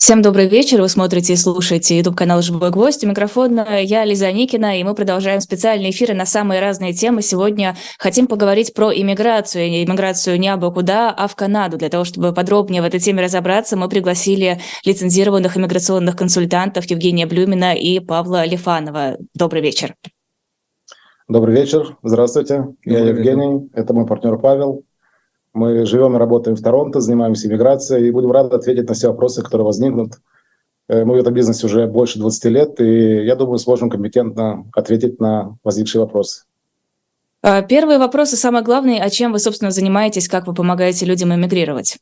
Всем добрый вечер. Вы смотрите и слушаете YouTube-канал «Живой гвоздь». У микрофона я, Лиза Никина, и мы продолжаем специальные эфиры на самые разные темы. Сегодня хотим поговорить про иммиграцию. Иммиграцию не абы куда, а в Канаду. Для того, чтобы подробнее в этой теме разобраться, мы пригласили лицензированных иммиграционных консультантов Евгения Блюмина и Павла Лифанова. Добрый вечер. Добрый вечер. Здравствуйте. Я Евгений. Это мой партнер Павел. Мы живем и работаем в Торонто, занимаемся иммиграцией и будем рады ответить на все вопросы, которые возникнут. Мы в этом бизнесе уже больше 20 лет, и я думаю, сможем компетентно ответить на возникшие вопросы. Первый вопрос и самый главный, а чем вы, собственно, занимаетесь, как вы помогаете людям эмигрировать?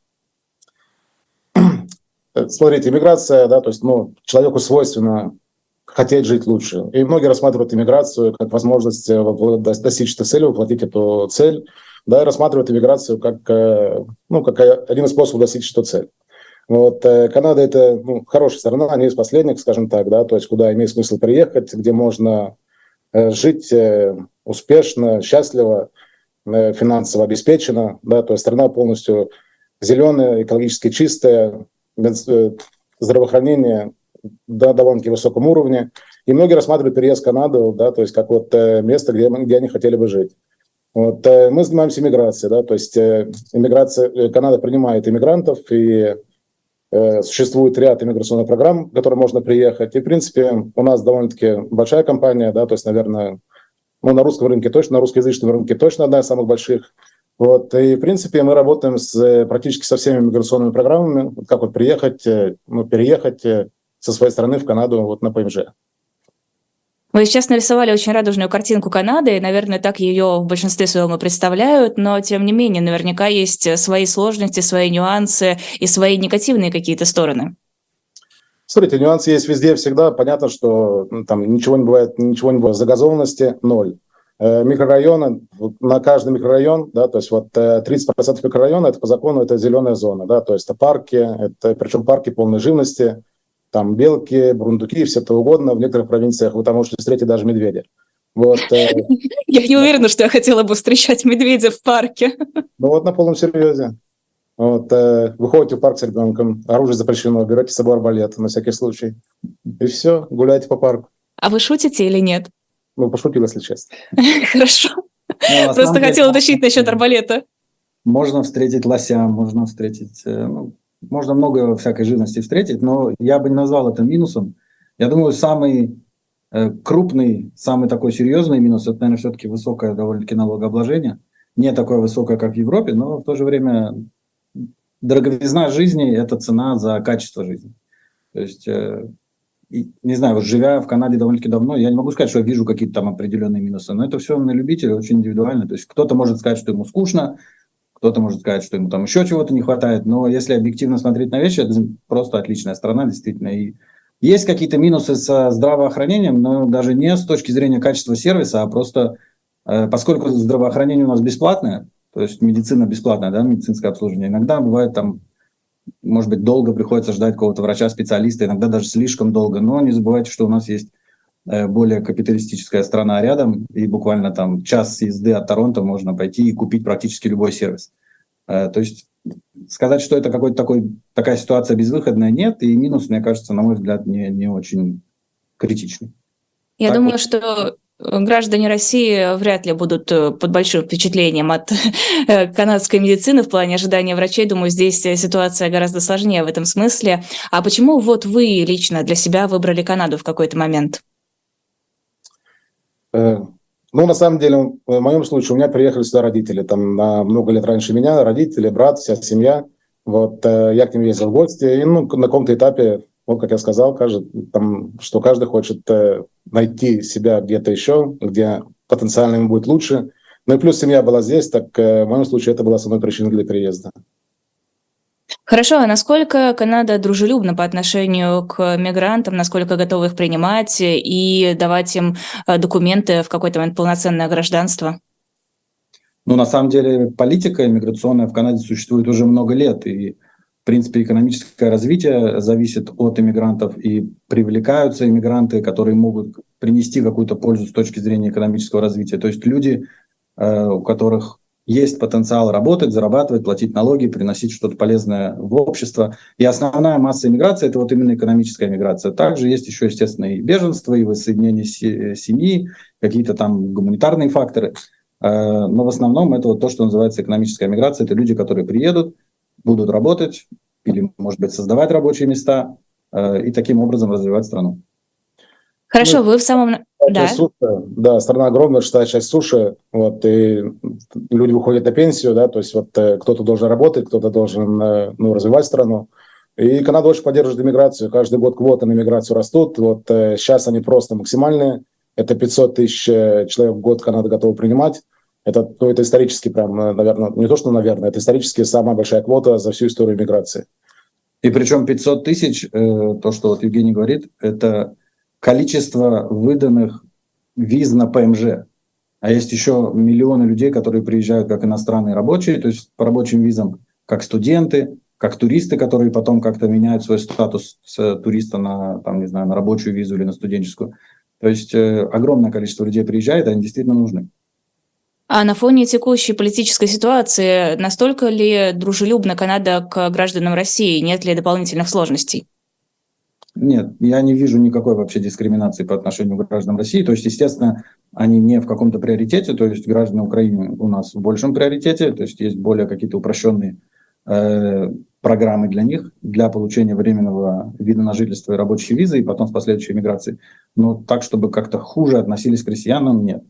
Смотрите, иммиграция, да, то есть, человеку свойственно хотеть жить лучше. И многие рассматривают иммиграцию как возможность достичь этой цели, воплотить эту цель, да, и рассматривают иммиграцию как один из способов достичь эту цель. Канада – это хорошая страна, не из последних, скажем так, да, то есть куда имеет смысл приехать, где можно жить успешно, счастливо, финансово обеспеченно, да, то есть страна полностью зеленая, экологически чистая, здравоохранение на довольно-таки высоком уровне. И многие рассматривают переезд в Канаду, да, то есть как место, где они хотели бы жить. Мы занимаемся иммиграцией, да, то есть Канада принимает иммигрантов, и существует ряд иммиграционных программ, в которые можно приехать. И, в принципе, у нас довольно-таки большая компания, да, то есть, наверное, на русском рынке точно, на русскоязычном рынке точно одна из самых больших. И, в принципе, мы работаем практически со всеми иммиграционными программами, как приехать, переехать со своей страны в Канаду на ПМЖ. Вы сейчас нарисовали очень радужную картинку Канады, и, наверное, так ее в большинстве своем и представляют, но, тем не менее, наверняка есть свои сложности, свои нюансы и свои негативные какие-то стороны. Смотрите, нюансы есть везде, всегда. Понятно, что там ничего не бывает, загазованности ноль. Микрорайоны, на каждый микрорайон, да, то есть 30% микрорайона, это по закону, это зеленая зона, да, то есть это парки, причем парки полной живности, там белки, бурундуки, все это угодно. В некоторых провинциях вы там можете встретить даже медведя. Я не уверена, что я хотела бы встречать медведя в парке. На полном серьезе. Выходите в парк с ребенком, оружие запрещено, берете с собой арбалет на всякий случай. И все, гуляйте по парку. А вы шутите или нет? Пошутил, если честно. Хорошо. Просто хотела уточнить насчет арбалета. Можно встретить лося, можно встретить... Можно много всякой живности встретить, но я бы не назвал это минусом. Я думаю, самый крупный, самый такой серьезный минус – это, наверное, все-таки высокое довольно-таки налогообложение. Не такое высокое, как в Европе, но в то же время дороговизна жизни – это цена за качество жизни. То есть, не знаю, живя в Канаде довольно-таки давно, я не могу сказать, что я вижу какие-то там определенные минусы, но это все на любителя, очень индивидуально. То есть кто-то может сказать, что ему скучно, кто-то может сказать, что ему там еще чего-то не хватает, но если объективно смотреть на вещи, это просто отличная страна, действительно. И есть какие-то минусы со здравоохранением, но даже не с точки зрения качества сервиса, а просто поскольку здравоохранение у нас бесплатное, то есть медицина бесплатная, да, медицинское обслуживание, иногда бывает там, может быть, долго приходится ждать какого-то врача-специалиста, иногда даже слишком долго, но не забывайте, что у нас есть более капиталистическая страна рядом, и буквально там час езды от Торонто можно пойти и купить практически любой сервис. То есть сказать, что это такая ситуация безвыходная, нет, и минус, мне кажется, на мой взгляд, не очень критичный. Я думаю, что граждане России вряд ли будут под большим впечатлением от канадской медицины в плане ожидания врачей. Думаю, здесь ситуация гораздо сложнее в этом смысле. А почему вы лично для себя выбрали Канаду в какой-то момент? На самом деле, в моем случае, у меня приехали сюда родители, там на много лет раньше меня, родители, брат, вся семья. Я к ним ездил в гости, и на каком-то этапе, как я сказал, что каждый хочет найти себя где-то еще, где потенциально ему будет лучше. Ну и плюс семья была здесь, так в моем случае это была основной причиной для переезда. Хорошо, а насколько Канада дружелюбна по отношению к мигрантам, насколько готова их принимать и давать им документы в какой-то момент полноценное гражданство? На самом деле политика иммиграционная в Канаде существует уже много лет, и в принципе экономическое развитие зависит от иммигрантов, и привлекаются иммигранты, которые могут принести какую-то пользу с точки зрения экономического развития. То есть люди, у которых есть потенциал работать, зарабатывать, платить налоги, приносить что-то полезное в общество. И основная масса иммиграции – это вот именно экономическая миграция. Также есть еще, естественно, и беженство, и воссоединение семьи, какие-то там гуманитарные факторы. Но в основном это вот то, что называется экономическая миграция. Это люди, которые приедут, будут работать или, может быть, создавать рабочие места и таким образом развивать страну. Хорошо, вы в самом... Да. Суши, да, страна огромная, шестая часть суши, вот, и люди выходят на пенсию, да, то есть вот кто-то должен работать, кто-то должен, ну, развивать страну. И Канада очень поддерживает иммиграцию, каждый год квоты на иммиграцию растут, вот сейчас они просто максимальные, это 500 тысяч человек в год Канада готова принимать. Это, ну, это исторически прям, наверное, не то, что, наверное, это исторически самая большая квота за всю историю миграции. И причем 500 тысяч, то, что вот Евгений говорит, это количество выданных виз на ПМЖ. А есть еще миллионы людей, которые приезжают как иностранные рабочие, то есть по рабочим визам, как студенты, как туристы, которые потом как-то меняют свой статус с туриста на, там, не знаю, на рабочую визу или на студенческую. То есть огромное количество людей приезжает, и они действительно нужны. А на фоне текущей политической ситуации настолько ли дружелюбна Канада к гражданам России? Нет ли дополнительных сложностей? Нет, я не вижу никакой вообще дискриминации по отношению к гражданам России. То есть, естественно, они не в каком-то приоритете, то есть граждане Украины у нас в большем приоритете, то есть более какие-то упрощенные программы для них, для получения временного вида на жительство и рабочей визы, и потом с последующей миграцией. Но так, чтобы как-то хуже относились к россиянам, нет,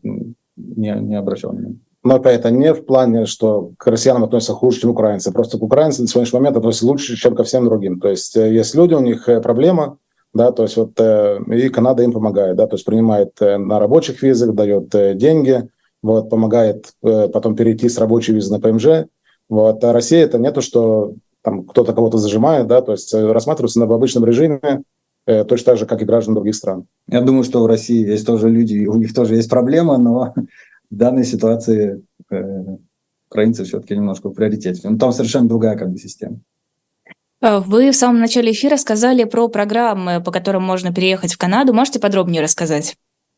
не обращал внимания. Но опять, это не в плане, что к россиянам относятся хуже, чем украинцы. Просто к украинцам на сегодняшний момент относятся лучше, чем ко всем другим. То есть есть люди, у них проблема, да, то есть вот и Канада им помогает, да, то есть принимает на рабочих визах, дает деньги, вот, помогает потом перейти с рабочей визы на ПМЖ. Вот. А Россия это не то, что там кто-то кого-то зажимает, да, то есть рассматривается в обычном режиме, точно так же, как и граждан других стран. Я думаю, что в России есть тоже люди, у них тоже есть проблема, но в данной ситуации украинцы все-таки немножко в приоритете. Но там совершенно другая как бы система. Вы в самом начале эфира сказали про программы, по которым можно переехать в Канаду. Можете подробнее рассказать?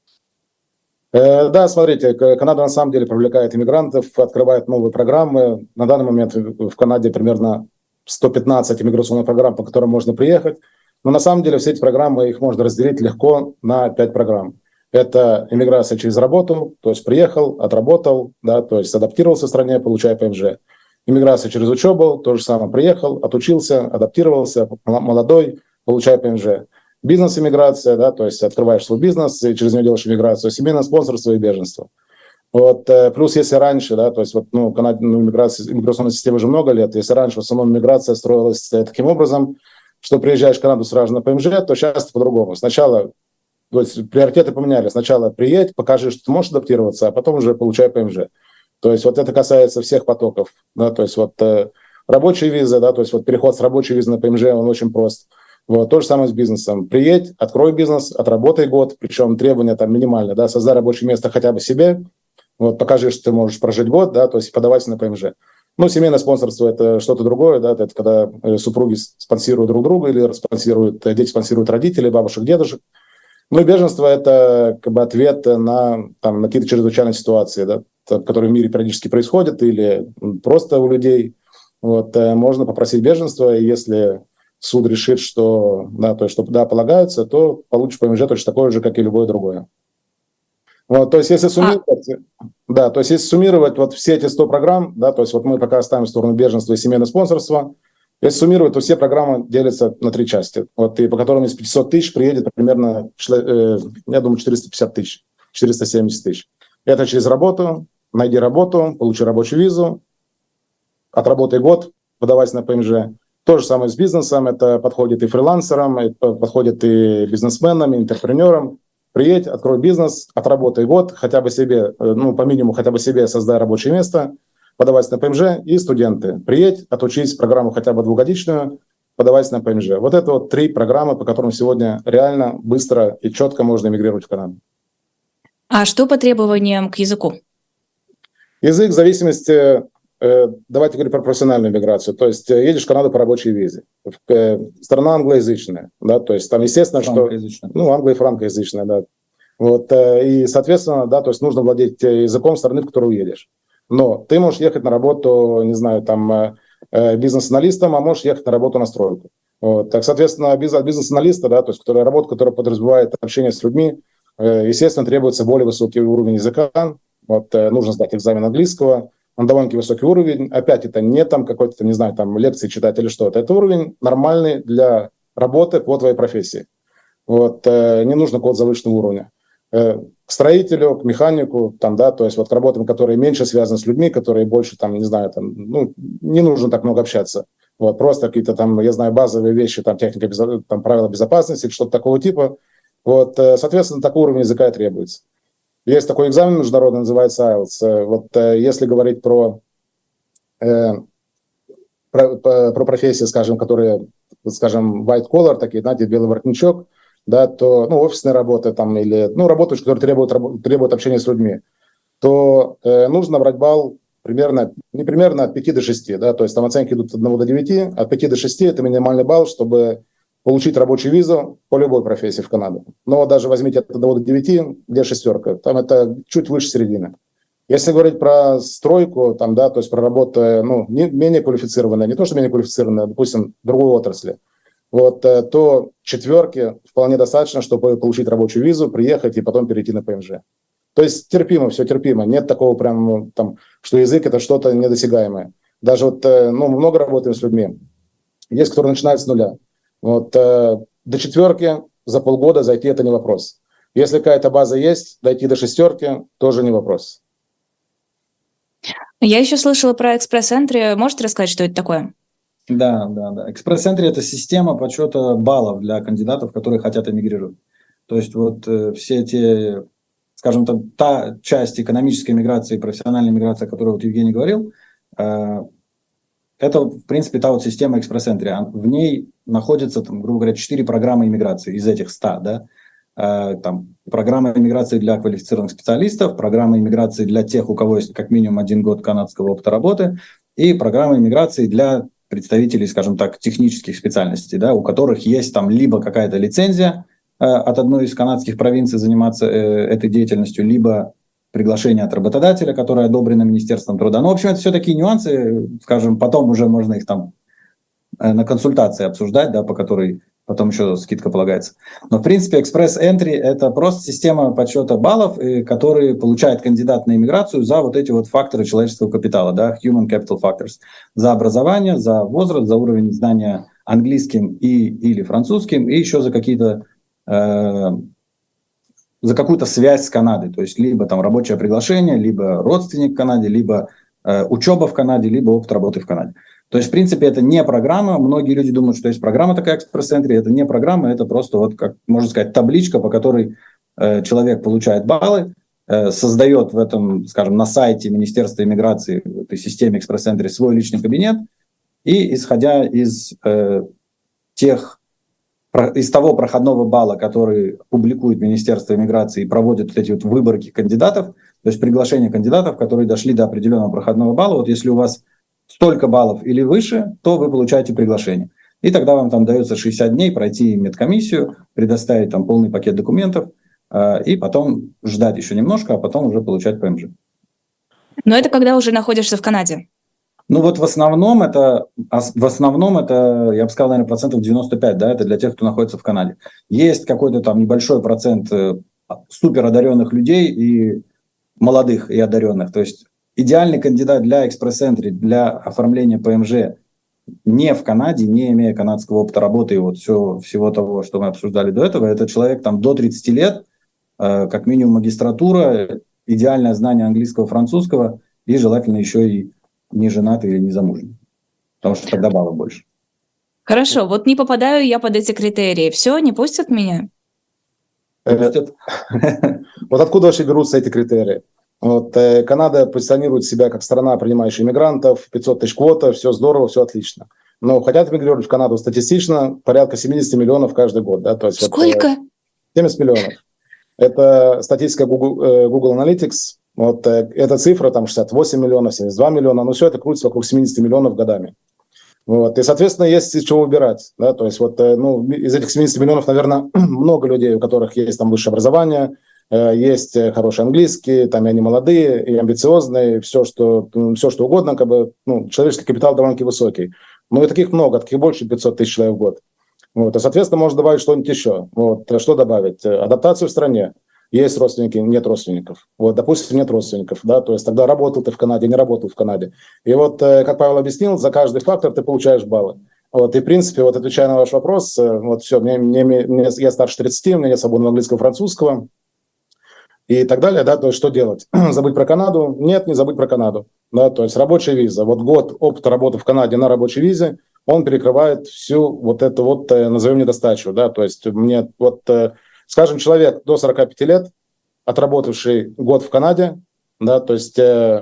Да, смотрите, Канада на самом деле привлекает иммигрантов, открывает новые программы. На данный момент в Канаде примерно 115 иммиграционных программ, по которым можно приехать. Но на самом деле все эти программы, их можно разделить легко на 5 программ. Это иммиграция через работу, то есть приехал, отработал, да, то есть адаптировался в стране, получая ПМЖ. Иммиграция через учебу, то же самое, приехал, отучился, адаптировался, молодой, получая ПМЖ. Бизнес-иммиграция, да, то есть открываешь свой бизнес и через него делаешь иммиграцию, семейное спонсорство и беженство. Вот, плюс если раньше, да, то есть вот, ну, иммиграционной системы уже много лет, если раньше в основном иммиграция строилась таким образом, что приезжаешь в Канаду сразу на ПМЖ, то сейчас по-другому. Сначала, то есть приоритеты поменяли. Сначала приедь, покажи, что ты можешь адаптироваться, а потом уже получай ПМЖ. То есть вот это касается всех потоков. Да, то есть вот рабочие визы, да, то есть вот переход с рабочей визы на ПМЖ, он очень прост. Вот, то же самое с бизнесом. Приедь, открой бизнес, отработай год, причем требования там минимальные, да, создай рабочее место хотя бы себе, вот, покажи, что ты можешь прожить год, да, то есть подавайся на ПМЖ. Ну, семейное спонсорство – это что-то другое, да, это когда супруги спонсируют друг друга или дети спонсируют родителей, бабушек, дедушек. Ну, и беженство – это как бы ответ на какие-то чрезвычайные ситуации, да, которые в мире периодически происходят или просто у людей. Вот, можно попросить беженство, и если суд решит, что да, то есть, что да, полагается, то получишь ПМЖ точно такое же, как и любое другое. Вот, то есть, если суммировать вот все эти 100 программ, да, то есть вот мы пока оставим в сторону беженства и семейного спонсорства, если суммировать, то все программы делятся на 3 части. Вот, и по которым из 500 тысяч приедет примерно, я думаю, 450 тысяч, 470 тысяч. Это через работу, найди работу, получи рабочую визу, отработай год, подавайся на ПМЖ. То же самое с бизнесом, это подходит и фрилансерам, это подходит и бизнесменам, и интерпренерам. Приедь, открой бизнес, отработай год, хотя бы себе, ну, по минимуму хотя бы себе создай рабочее место, подавайся на ПМЖ, и студенты. Приедь, отучись программу хотя бы 2-годичную, подавайся на ПМЖ. Вот это вот 3 программы, по которым сегодня реально быстро и четко можно эмигрировать в Канаду. А что по требованиям к языку? Язык в зависимости, давайте говорить про профессиональную миграцию. То есть едешь в Канаду по рабочей визе. Страна англоязычная, да, то есть там, естественно, что... Ну, англо- и франкоязычная, да. Вот, и, соответственно, да, то есть нужно владеть языком страны, в которую едешь. Но ты можешь ехать на работу, не знаю, там, бизнес-аналистом, а можешь ехать на работу на стройку. Вот. Так, соответственно, бизнес-аналиста, да, то есть работа, которая подразумевает общение с людьми, естественно, требуется более высокий уровень языка. Вот, нужно сдать экзамен английского, он довольно высокий уровень. Опять, это не там какой-то, не знаю, там лекции читать или что-то. Это уровень нормальный для работы по твоей профессии. Вот, не нужно код завышенного уровня. К строителю, к механику, там, да, то есть вот к работам, которые меньше связаны с людьми, которые больше, там, не знаю, там, ну, не нужно так много общаться. Вот, просто какие-то там, я знаю, базовые вещи, там, техника, там, правила безопасности, что-то такого типа. Вот, соответственно, такой уровень языка и требуется. Есть такой экзамен международный, называется IELTS. Вот если говорить про профессии, скажем, которые, скажем, white collar, такие, знаете, белый воротничок, да, то, ну, офисная работа там или, ну, работа, которая требует общения с людьми, то нужно брать балл примерно, не примерно от 5 до 6, да, то есть там оценки идут от 1 до 9, от 5 до 6 это минимальный балл, чтобы получить рабочую визу по любой профессии в Канаду. Но даже возьмите от 1 до 9, где шестерка, там это чуть выше середины. Если говорить про стройку, там, да, то есть про работу, ну, менее квалифицированная, не то, что менее квалифицированная, допустим, в другой отрасли, вот, то четверки вполне достаточно, чтобы получить рабочую визу, приехать и потом перейти на ПМЖ. То есть терпимо, все терпимо. Нет такого прям, там, что язык – это что-то недосягаемое. Даже вот, ну, мы много работаем с людьми. Есть, которые начинают с нуля. Вот, до четверки за полгода зайти – это не вопрос. Если какая-то база есть, дойти до шестерки – тоже не вопрос. Я еще слышала про экспресс-энтри. Можете рассказать, что это такое? Да. Экспресс-энтри – это система подсчета баллов для кандидатов, которые хотят эмигрировать. То есть вот все эти, скажем так, та часть экономической миграции, профессиональной миграции, о которой вот Евгений говорил, это, в принципе, та вот система экспресс-энтри. В ней находятся, там, грубо говоря, 4 программы иммиграции из этих 100, да. Там, программа иммиграции для квалифицированных специалистов, программа иммиграции для тех, у кого есть как минимум 1 год канадского опыта работы, и программа иммиграции для представителей, скажем так, технических специальностей, да, у которых есть там либо какая-то лицензия от одной из канадских провинций заниматься этой деятельностью, либо приглашение от работодателя, которое одобрено Министерством труда. Ну, в общем, это все такие нюансы, скажем, потом уже можно их там на консультации обсуждать, да, по которой потом еще скидка полагается. Но, в принципе, экспресс-энтри – это просто система подсчета баллов, которые получает кандидат на иммиграцию за вот эти вот факторы человеческого капитала, да, human capital factors, за образование, за возраст, за уровень знания английским или французским, и еще за какие-то за какую-то связь с Канадой, то есть либо там рабочее приглашение, либо родственник в Канаде, либо учеба в Канаде, либо опыт работы в Канаде. То есть, в принципе, это не программа. Многие люди думают, что есть программа такая экспресс-энтри. Это не программа, это просто, вот, как можно сказать, табличка, по которой человек получает баллы, создает в этом, скажем, на сайте Министерства иммиграции, в этой системе экспресс-энтри свой личный кабинет, и, исходя из того проходного балла, который публикует Министерство иммиграции и проводит вот эти вот выборки кандидатов, то есть приглашение кандидатов, которые дошли до определенного проходного балла, вот если у вас столько баллов или выше, то вы получаете приглашение. И тогда вам там дается 60 дней пройти медкомиссию, предоставить там полный пакет документов, и потом ждать еще немножко, а потом уже получать ПМЖ. Но это когда уже находишься в Канаде? Ну вот в основном это, я бы сказал, наверное, 95%, да, это для тех, кто находится в Канаде. Есть какой-то там небольшой процент супер одаренных людей и молодых и одаренных. То есть идеальный кандидат для экспресс-энтри, для оформления ПМЖ не в Канаде, не имея канадского опыта работы и вот всего того, что мы обсуждали до этого, это человек там до 30 лет, как минимум магистратура, идеальное знание английского, французского и желательно еще и не женатый или не замужний, потому что тогда баллов больше. Хорошо, вот не попадаю я под эти критерии. Все, не пустят меня? Пустят. Вот откуда вообще берутся эти критерии? Вот, Канада позиционирует себя как страна, принимающая иммигрантов, 500 тысяч квота, все здорово, все отлично. Но хотят мигрировать в Канаду статистично порядка 70 миллионов каждый год. Да? То есть сколько? Вот, 70 миллионов. Это статистика Google Analytics. Вот, эта цифра, там 68 миллионов, 72 миллиона, но все это крутится вокруг 70 миллионов годами. Вот, и, соответственно, есть из чего выбирать. Да? То есть вот, ну, из этих 70 миллионов, наверное, много людей, у которых есть там высшее образование, есть хороший английский, там и они молодые, и амбициозные, все, что угодно, как бы, ну, человеческий капитал довольно-таки высокий. Но и таких много, таких больше 500 тысяч человек в год. Вот, и, соответственно, можно добавить что-нибудь еще. Вот, что добавить? Адаптацию в стране. Есть родственники, нет родственников. Вот, допустим, нет родственников, да, то есть тогда работал ты в Канаде, не работал в Канаде. И вот, как Павел объяснил, за каждый фактор ты получаешь баллы. Вот, и, в принципе, вот отвечая на ваш вопрос, вот все, я старше 30, у меня нет свободного английского, французского и так далее, да, то есть что делать? Забыть про Канаду? Нет, не забыть про Канаду. Да, то есть рабочая виза. Вот год опыта работы в Канаде на рабочей визе, он перекрывает всю вот эту вот, назовем, недостачу, да, то есть мне вот, скажем, человек до 45 лет, отработавший год в Канаде, да, то есть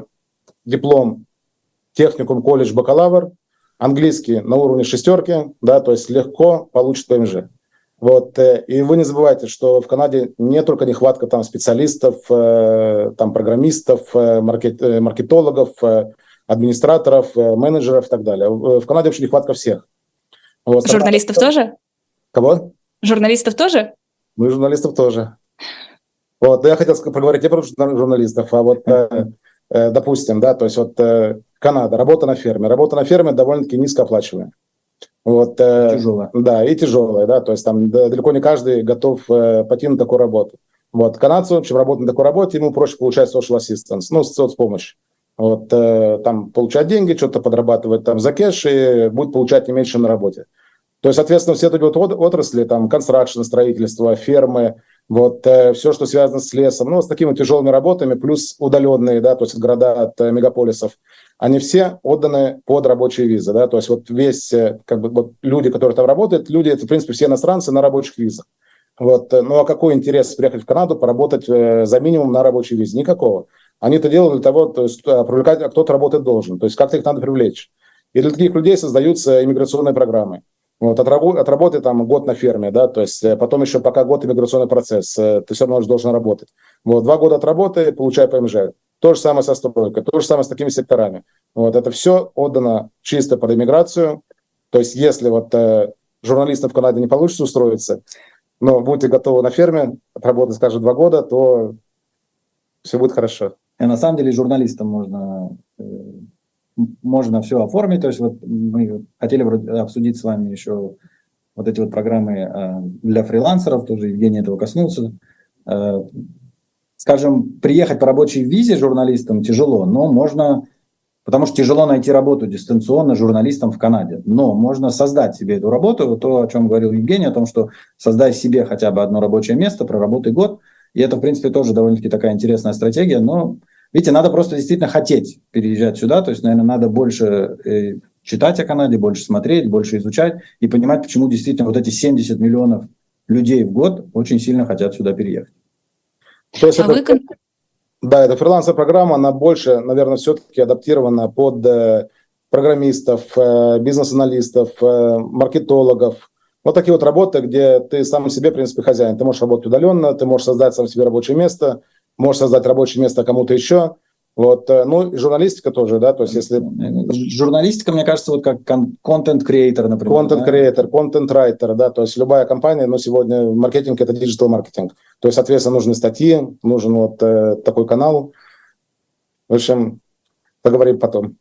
диплом, техникум, колледж, бакалавр, английский на уровне шестерки, да, то есть легко получит ПМЖ. Вот, и вы не забывайте, что в Канаде не только нехватка там специалистов, там программистов, маркетологов, администраторов, менеджеров и так далее. В Канаде вообще нехватка всех. Вот, журналистов тоже? Кого? Журналистов тоже? Мы журналистов тоже. Вот, я хотел поговорить не про журналистов, а вот, допустим, да, то есть вот Канада, работа на ферме. Работа на ферме довольно-таки низкооплачиваемая. Вот, тяжелая. Да, и тяжелая, да, то есть там далеко не каждый готов пойти на такую работу. Вот, канадцу, чем работать на такой работе, ему проще получать social assistance, ну, соцпомощь. Вот, там получать деньги, что-то подрабатывать там за кэш и будет получать не меньше, чем на работе. То есть, соответственно, все эти вот отрасли, там, construction, строительство, фермы, вот, все, что связано с лесом, ну, с такими тяжелыми работами, плюс удаленные, да, то есть города от мегаполисов, они все отданы под рабочие визы, да, то есть вот весь, как бы, вот люди, которые там работают, люди, это, в принципе, все иностранцы на рабочих визах. Вот, ну, а какой интерес приехать в Канаду, поработать за минимум на рабочей визе? Никакого. Они это делают для того, то есть привлекать, а кто-то работать должен, то есть как-то их надо привлечь. И для таких людей создаются иммиграционные программы. Вот, отработай там год на ферме, да, то есть потом еще пока год иммиграционный процесс, ты все равно должен работать. Вот, 2 года отработай, получай ПМЖ. То же самое со стройкой, то же самое с такими секторами. Вот, это все отдано чисто под иммиграцию. То есть если вот журналистам в Канаде не получится устроиться, но будете готовы на ферме отработать, скажем, 2 года, то все будет хорошо. И на самом деле журналистам можно все оформить. То есть вот мы хотели обсудить с вами еще вот эти вот программы для фрилансеров, тоже Евгений этого коснулся. Скажем, приехать по рабочей визе журналистам тяжело, но можно, потому что тяжело найти работу дистанционно журналистам в Канаде. Но можно создать себе эту работу, то, о чем говорил Евгений, о том, что создай себе хотя бы одно рабочее место, проработай год. И это, в принципе, тоже довольно-таки такая интересная стратегия. Но, видите, надо просто действительно хотеть переезжать сюда. То есть, наверное, надо больше читать о Канаде, больше смотреть, больше изучать и понимать, почему действительно вот эти 70 миллионов людей в год очень сильно хотят сюда переехать. То есть да, эта фрилансовая программа, она больше, наверное, все-таки адаптирована под программистов, бизнес-аналистов, маркетологов. Вот такие вот работы, где ты сам себе, в принципе, хозяин. Ты можешь работать удаленно, ты можешь создать сам себе рабочее место, можешь создать рабочее место кому-то еще. Вот, ну и журналистика тоже, да, то есть если... Журналистика, мне кажется, вот как контент-креатор, например. Контент-креатор, контент-райтер, да, то есть любая компания, но сегодня маркетинг – это диджитал-маркетинг. То есть, соответственно, нужны статьи, нужен вот такой канал. В общем, поговорим потом.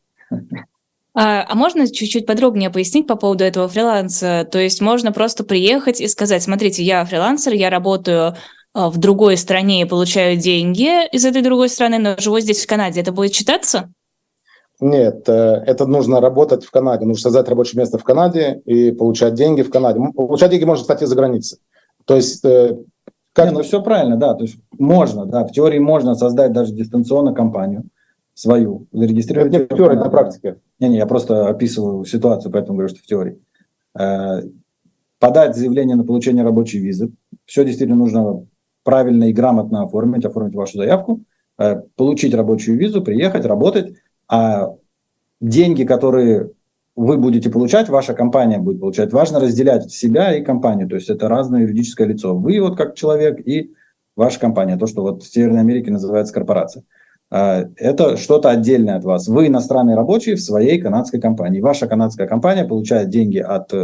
А можно чуть-чуть подробнее пояснить по поводу этого фриланса? То есть можно просто приехать и сказать, смотрите, я фрилансер, я работаю в другой стране и получаю деньги из этой другой страны, но живу здесь, в Канаде. Это будет считаться? Нет, это нужно работать в Канаде. Нужно создать рабочее место в Канаде и получать деньги в Канаде. Получать деньги можно, кстати, за границей. То есть... ну все правильно, да. То есть можно, да. В теории можно создать даже дистанционно компанию свою, зарегистрировать. Это не в теории, это на практике. Не, я просто описываю ситуацию, поэтому говорю, что в теории. Подать заявление на получение рабочей визы. Все действительно нужно правильно и грамотно оформить вашу заявку, получить рабочую визу, приехать, работать, а деньги, которые вы будете получать, ваша компания будет получать, важно разделять себя и компанию, то есть это разное юридическое лицо. Вы вот как человек и ваша компания, то, что вот в Северной Америке называется корпорация. Это что-то отдельное от вас. Вы иностранный рабочий в своей канадской компании. Ваша канадская компания получает деньги от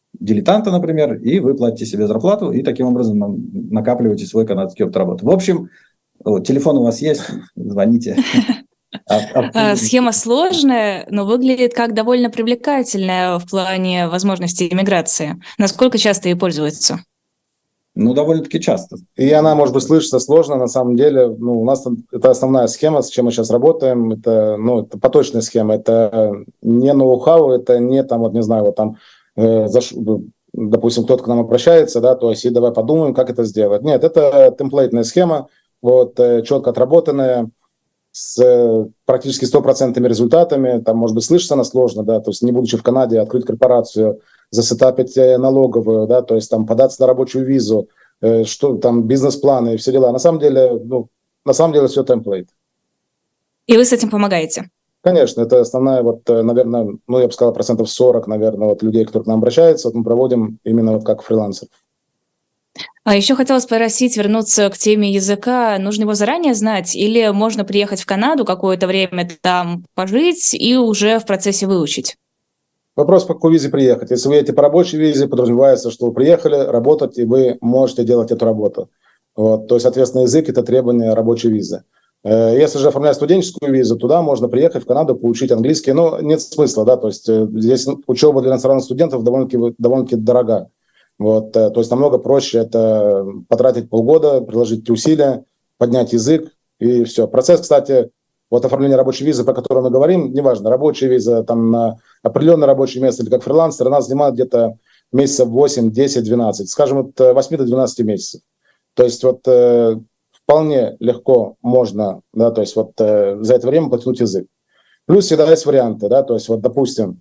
дилетанта, например, и вы платите себе зарплату, и таким образом накапливаете свой канадский опыт работы. В общем, телефон у вас есть, звоните. Схема сложная, но выглядит как довольно привлекательная в плане возможности иммиграции. Насколько часто ей пользуются? Ну, довольно-таки часто. И она, может быть, слышится сложно, на самом деле, у нас это основная схема, с чем мы сейчас работаем, это поточная схема, это не ноу-хау, это не там, вот не знаю, вот там, допустим, кто-то к нам обращается, да, то есть и давай подумаем, как это сделать. Нет, это темплейтная схема, вот, четко отработанная, с практически 100% результатами, там, может быть, слышится она сложно, да, то есть не будучи в Канаде, открыть корпорацию, засетапить налоговую, да, то есть там податься на рабочую визу, что там бизнес-планы и все дела. На самом деле все темплейт. И вы с этим помогаете? Конечно, это основная, вот, наверное, я бы сказал, 40%, наверное, вот людей, которые к нам обращаются, вот мы проводим именно вот как фрилансер. А еще хотелось спросить, вернуться к теме языка. Нужно его заранее знать или можно приехать в Канаду, какое-то время там пожить и уже в процессе выучить? Вопрос, по какой визе приехать. Если вы едете по рабочей визе, подразумевается, что вы приехали работать, и вы можете делать эту работу. Вот. То есть, соответственно, язык – это требование рабочей визы. Если же оформлять студенческую визу, туда можно приехать в Канаду, получить английский. Но нет смысла, да, то есть здесь учеба для иностранных студентов довольно-таки дорога. Вот. То есть намного проще это потратить полгода, приложить усилия, поднять язык, и все. Процесс, кстати, вот оформление рабочей визы, про которую мы говорим, неважно, рабочая виза там на определенное рабочее место или как фрилансер, она занимает где-то месяцев 8, 10, 12, скажем, от 8 до 12 месяцев. То есть вот вполне легко можно, да, то есть вот за это время потянуть язык. Плюс всегда есть варианты, да, то есть вот, допустим,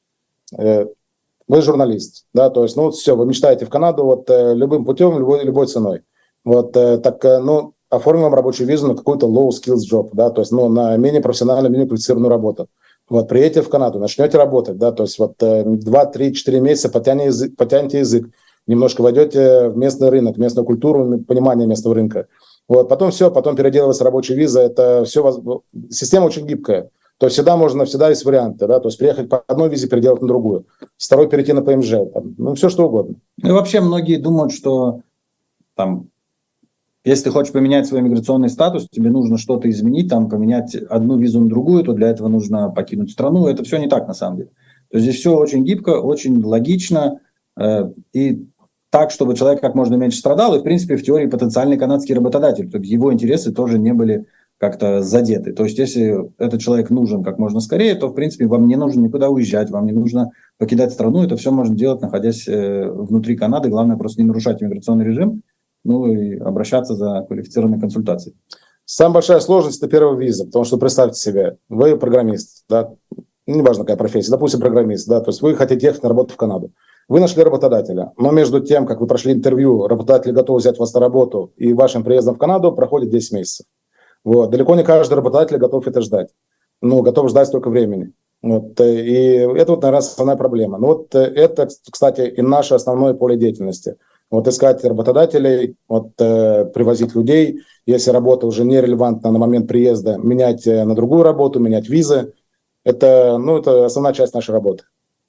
вы журналист, да, то есть, все, вы мечтаете в Канаду вот любым путем, любой ценой. Вот оформим вам рабочую визу на какую-то low skills job, да, то есть, на менее профессиональную, менее квалифицированную работу. Вот, приедете в Канаду, начнете работать, да, то есть, 2, 3, 4 месяца потянете язык, немножко войдете в местный рынок, местную культуру, понимание местного рынка. Вот, потом переделывается рабочая виза, это все, система очень гибкая. То есть всегда есть варианты, да, то есть приехать по одной визе, переделать на другую, с второй перейти на ПМЖ, все что угодно. И вообще многие думают, что там, если ты хочешь поменять свой миграционный статус, тебе нужно что-то изменить, там, поменять одну визу на другую, то для этого нужно покинуть страну. Это все не так на самом деле. То есть здесь все очень гибко, очень логично и так, чтобы человек как можно меньше страдал, и в принципе в теории потенциальный канадский работодатель, чтобы его интересы тоже не были как-то задеты. То есть, если этот человек нужен как можно скорее, то, в принципе, вам не нужно никуда уезжать, вам не нужно покидать страну. Это все можно делать, находясь внутри Канады. Главное, просто не нарушать миграционный режим, и обращаться за квалифицированной консультацией. Самая большая сложность – это первая виза, потому что представьте себе, вы программист, да, неважно какая профессия, допустим, программист, да, то есть вы хотите ехать на работу в Канаду. Вы нашли работодателя, но между тем, как вы прошли интервью, работодатель готов взять вас на работу, и вашим приездом в Канаду проходит 10 месяцев. Вот. Далеко не каждый работодатель готов это ждать. Готов ждать столько времени. Вот. И это, наверное, основная проблема. Это, кстати, и наше основное поле деятельности. Искать работодателей, привозить людей. Если работа уже нерелевантна на момент приезда, менять на другую работу, менять визы. Это основная часть нашей работы.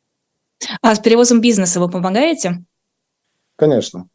А с перевозом бизнеса вы помогаете? Конечно.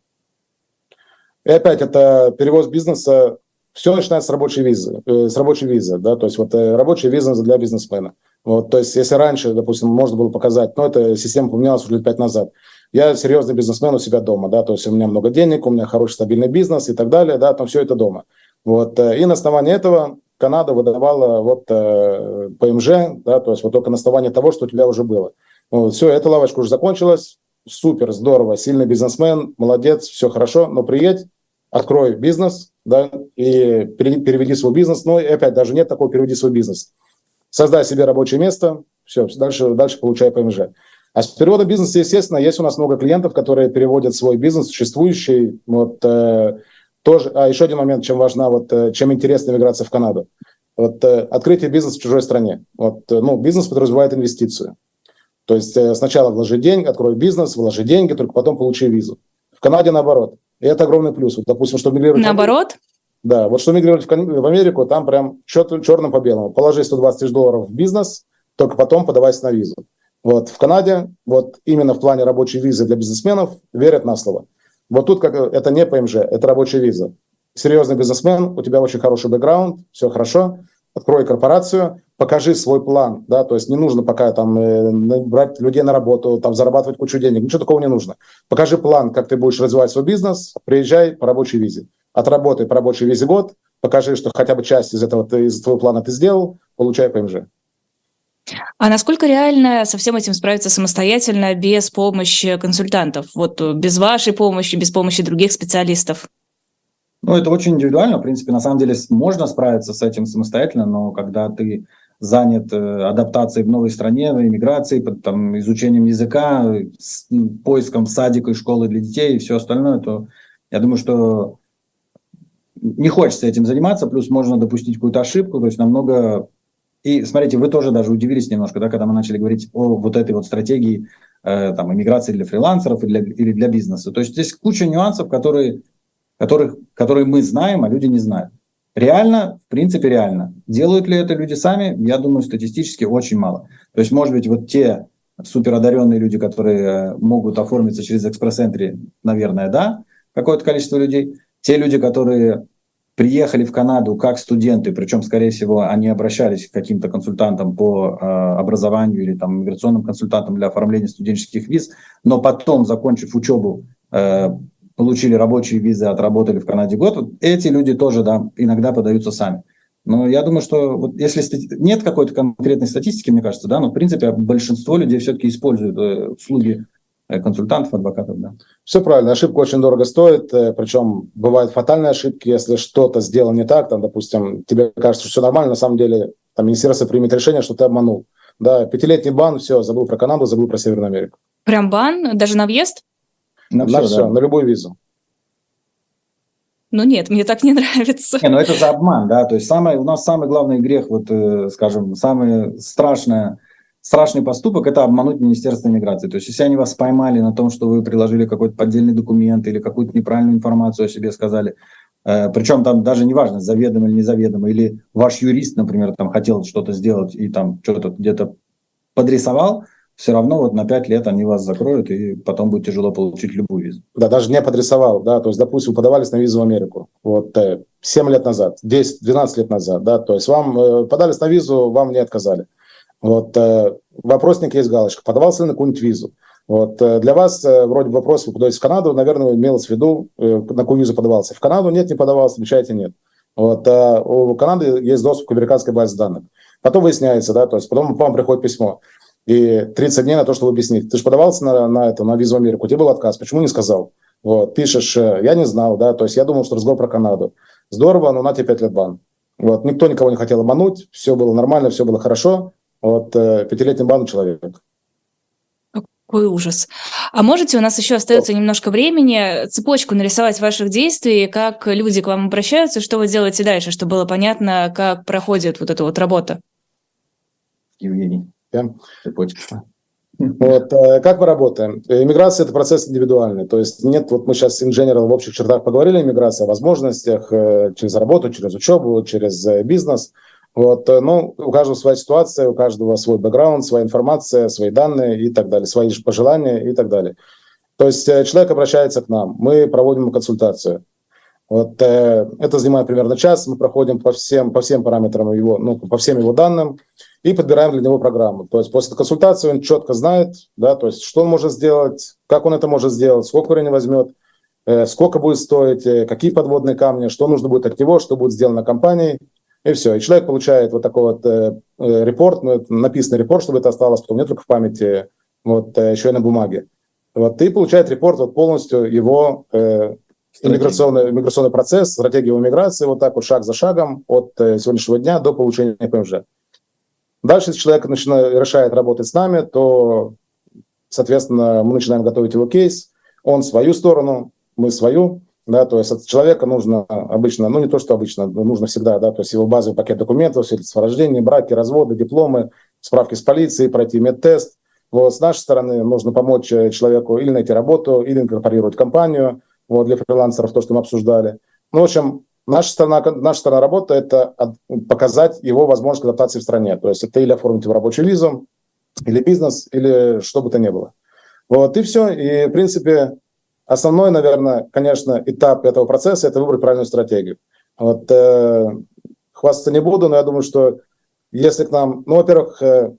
И опять, это перевоз бизнеса. Все начинается с рабочей визы, да, то есть рабочая виза для бизнесмена. То есть если раньше, допустим, можно было показать, эта система поменялась уже лет 5 назад. Я серьезный бизнесмен у себя дома, да, то есть у меня много денег, у меня хороший стабильный бизнес и так далее, да, там все это дома. И на основании этого Канада выдавала ПМЖ, да, то есть только на основании того, что у тебя уже было. Все, эта лавочка уже закончилась, супер, здорово, сильный бизнесмен, молодец, все хорошо, но приедь, открой бизнес, да, и переведи свой бизнес. И опять, даже нет такого переведи свой бизнес. Создай себе рабочее место, все, дальше получай ПМЖ. А с переводом бизнеса, естественно, есть у нас много клиентов, которые переводят свой бизнес, существующий. Тоже. А еще один момент, чем важна, чем интересна миграция в Канаду. Открытие бизнеса в чужой стране. Бизнес подразумевает инвестицию. То есть сначала вложи деньги, открой бизнес, вложи деньги, только потом получи визу. В Канаде наоборот. И это огромный плюс. Допустим, что мигрировать... Наоборот? Да, что мигрировать в Америку, там прям черным по белому. Положи $120 тысяч в бизнес, только потом подавайся на визу. Вот в Канаде, вот именно в плане рабочей визы для бизнесменов верят на слово. Вот тут это не ПМЖ, это рабочая виза. Серьезный бизнесмен, у тебя очень хороший бэкграунд, все хорошо, открой корпорацию, покажи свой план, да, то есть не нужно пока там брать людей на работу, там зарабатывать кучу денег, ничего такого не нужно. Покажи план, как ты будешь развивать свой бизнес, приезжай по рабочей визе. Отработай по рабочей визе год, покажи, что хотя бы часть из твоего плана ты сделал, получай ПМЖ. А насколько реально со всем этим справиться самостоятельно, без помощи консультантов? Вот без вашей помощи, без помощи других специалистов? Ну, это очень индивидуально. В принципе, на самом деле можно справиться с этим самостоятельно, но когда ты занят адаптацией в новой стране, иммиграцией, там, изучением языка, поиском садика и школы для детей и все остальное, то я думаю, что не хочется этим заниматься, плюс можно допустить какую-то ошибку, то есть намного... И смотрите, вы тоже даже удивились немножко, да, когда мы начали говорить о вот этой вот стратегии там, иммиграции для фрилансеров или для бизнеса. То есть здесь куча нюансов, которые мы знаем, а люди не знают. Реально, в принципе, реально. Делают ли это люди сами? Я думаю, статистически очень мало. То есть, может быть, вот те суперодаренные люди, которые могут оформиться через экспресс-энтри, наверное, да, какое-то количество людей. Те люди, которые приехали в Канаду как студенты, причем, скорее всего, они обращались к каким-то консультантам по образованию или там, миграционным консультантам для оформления студенческих виз, но потом, закончив учебу, получили рабочие визы, отработали в Канаде год, вот эти люди тоже, да, иногда подаются сами. Но я думаю, что вот если нет какой-то конкретной статистики, мне кажется, да, но в принципе большинство людей все-таки используют услуги консультантов, адвокатов, да. Все правильно, ошибка очень дорого стоит, причем бывают фатальные ошибки, если что-то сделано не так, там, допустим, тебе кажется, что все нормально, на самом деле там министерство примет решение, что ты обманул. Да, 5-летний бан, все, забыл про Канаду, забыл про Северную Америку. Прям бан? Даже на въезд? На все, да. На любую визу. Ну нет, мне так не нравится. Ну это за обман, да, то есть у нас самый главный грех, вот, скажем, самый страшный поступок – это обмануть Министерство иммиграции. То есть если они вас поймали на том, что вы приложили какой-то поддельный документ или какую-то неправильную информацию о себе сказали, причем там даже не важно, заведомо или незаведомо, или ваш юрист, например, там хотел что-то сделать и там что-то где-то подрисовал, все равно вот на 5 лет они вас закроют, и потом будет тяжело получить любую визу. Да, даже не подрисовал, да, то есть, допустим, вы подавались на визу в Америку, вот, 7 лет назад, 10-12 лет назад, да, то есть вам подались на визу, вам не отказали. Вот, вопросник есть галочка, подавался ли на какую-нибудь визу. Вот, для вас вроде вопрос, вы подаетесь в Канаду, наверное, имелось в виду, на какую визу подавался. В Канаду нет, не подавался, отвечаете нет. Вот, у Канады есть доступ к американской базе данных. Потом выясняется, да, то есть потом вам приходит письмо. И 30 дней на то, чтобы объяснить. Ты же подавался на визу в Америку, тебе был отказ, почему не сказал? Вот, пишешь, я не знал, да, то есть я думал, что разговор про Канаду. Здорово, но на тебе 5 лет бан. Вот, никто никого не хотел обмануть, все было нормально, все было хорошо. Вот, 5-летний бан у человека. Какой ужас. А можете, у нас еще остается немножко времени, цепочку нарисовать ваших действий, как люди к вам обращаются, что вы делаете дальше, чтобы было понятно, как проходит вот эта вот работа? Евгений. Цепочка. Вот, как мы работаем? Иммиграция – это процесс индивидуальный. То есть нет, вот мы сейчас in general в общих чертах поговорили о иммиграции, о возможностях через работу, через учебу, через бизнес. Вот, ну, у каждого своя ситуация, у каждого свой бэкграунд, своя информация, свои данные и так далее, свои пожелания и так далее. То есть человек обращается к нам, мы проводим консультацию. Вот, это занимает примерно час, мы проходим по всем параметрам его, ну, по всем его данным и подбираем для него программу. То есть после консультации он четко знает, да, то есть что он может сделать, как он это может сделать, сколько времени возьмет, сколько будет стоить, какие подводные камни, что нужно будет от него, что будет сделано компанией, и все. И человек получает вот такой вот репорт, написанный репорт, чтобы это осталось потом не только в памяти, вот еще и на бумаге. Вот, и получает репорт вот полностью его иммиграционный процесс, стратегию иммиграции, вот так вот шаг за шагом от сегодняшнего дня до получения ПМЖ. Дальше, если человек решает работать с нами, то, соответственно, мы начинаем готовить его кейс, он свою сторону, мы свою, да, то есть от человека нужно обычно, ну не то, что обычно, нужно всегда, да, то есть его базовый пакет документов, свидетельства о рождении, браки, разводы, дипломы, справки с полицией, пройти медтест. Вот, с нашей стороны нужно помочь человеку или найти работу, или инкорпорировать компанию, вот, для фрилансеров, то, что мы обсуждали. Ну, в общем, наша сторона работы – это показать его возможность адаптации в стране. То есть это или оформить его рабочую визу, или бизнес, или что бы то ни было. Вот, и все. И, в принципе, основной, наверное, конечно, этап этого процесса – это выбрать правильную стратегию. Вот, хвастаться не буду, но я думаю, что если к нам, ну, во-первых,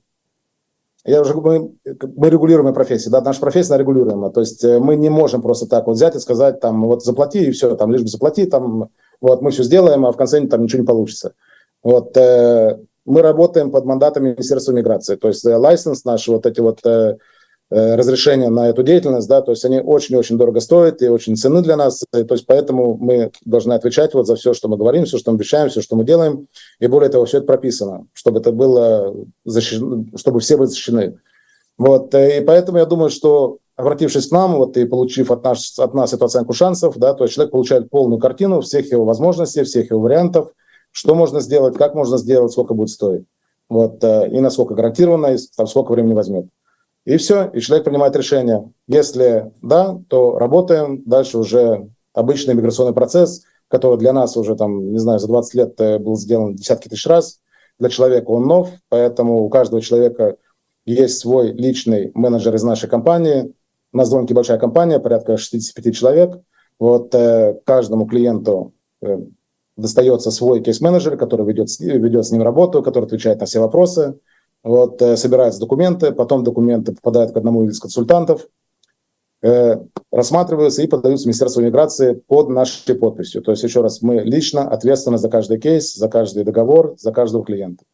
мы регулируемая профессия, да, наша профессия регулируемая, то есть мы не можем просто так вот взять и сказать, там, вот заплати и все, там, лишь бы заплати, там, вот, мы все сделаем, а в конце там ничего не получится. Вот, мы работаем под мандатом Министерства миграции, то есть лайсенс наш, вот эти вот разрешения на эту деятельность, да, то есть они очень-очень дорого стоят и очень ценны для нас, и, то есть поэтому мы должны отвечать вот за все, что мы говорим, все, что мы обещаем, все, что мы делаем, и более того, все это прописано, чтобы это было защищено, чтобы все были защищены. Вот, и поэтому я думаю, что обратившись к нам, вот, и получив от нас эту оценку шансов, да, то есть человек получает полную картину всех его возможностей, всех его вариантов, что можно сделать, как можно сделать, сколько будет стоить, вот, и насколько гарантированно, и там, сколько времени возьмет. И все, и человек принимает решение. Если да, то работаем. Дальше уже обычный миграционный процесс, который для нас уже, там, не знаю, за 20 лет был сделан десятки тысяч раз. Для человека он нов, поэтому у каждого человека есть свой личный менеджер из нашей компании. У нас довольно-таки большая компания, порядка 65 человек. Вот каждому клиенту достается свой кейс-менеджер, который ведет с ним работу, который отвечает на все вопросы. Вот, собираются документы, потом документы попадают к одному из консультантов, рассматриваются и подаются в Министерство миграции под нашей подписью. То есть, еще раз, мы лично ответственны за каждый кейс, за каждый договор, за каждого клиента.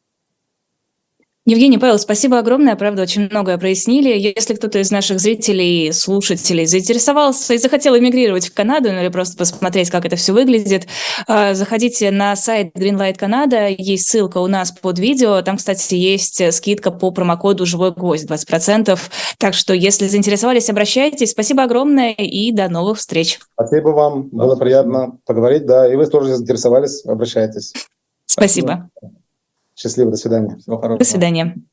Евгений, Павел, спасибо огромное, правда, очень многое прояснили. Если кто-то из наших зрителей, слушателей заинтересовался и захотел эмигрировать в Канаду, ну или просто посмотреть, как это все выглядит, заходите на сайт Greenlight Canada, есть ссылка у нас под видео, там, кстати, есть скидка по промокоду «Живой гвоздь» 20%, так что, если заинтересовались, обращайтесь. Спасибо огромное и до новых встреч. Спасибо вам, было приятно поговорить, да, и вы тоже заинтересовались, обращайтесь. Спасибо. Счастливо, до свидания. Всего хорошего. До свидания.